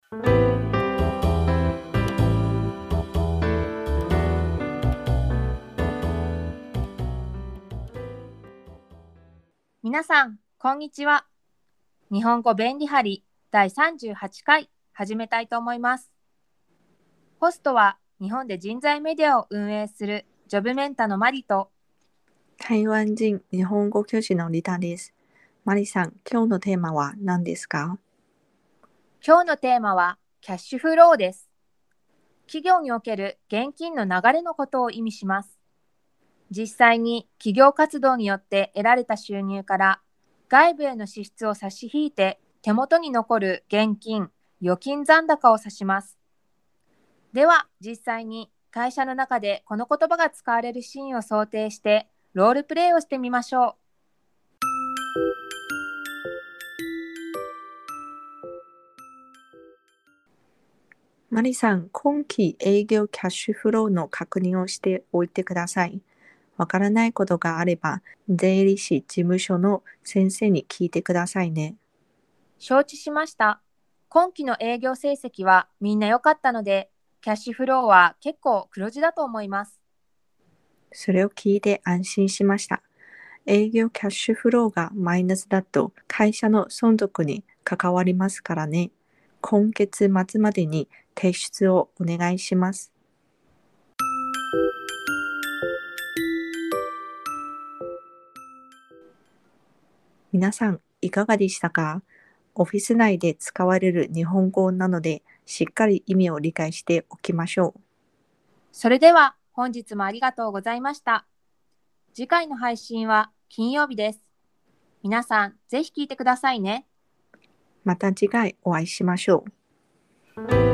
皆さん、こんにちは。日本語便利貼り第38回始めたいと思います。ホストは日本で人材メディアを運営するジョブメンタのマリと台湾人日本語教師のリタです。マリさん、今日のテーマは何ですか？ 今日のテーマはキャッシュフローです。企業における現金の流れのことを意味します。実際に企業活動によって得られた収入から外部への支出を差し引いて手元に残る現金、預金残高を指します。では、実際に会社の中でこの言葉が使われるシーンを想定してロールプレイをしてみましょう。 マリさん、今期営業キャッシュフローの確認をしておいてください。わからないことがあれば、税理士事務所の先生に聞いてくださいね。 承知しました。今期の営業成績はみんな良かったので、キャッシュフローは結構黒字だと思います。 それを聞いて安心しました。営業キャッシュフローがマイナスだと会社の存続に関わりますからね。今月末までに提出をお願いします。皆さん、いかがでしたか？オフィス内で使われる日本語なので、しっかり意味を理解しておきましょう。 それでは本日もありがとうございました。次回の配信は金曜日です。皆さん、ぜひ聞いてくださいね。 また次回お会いしましょう。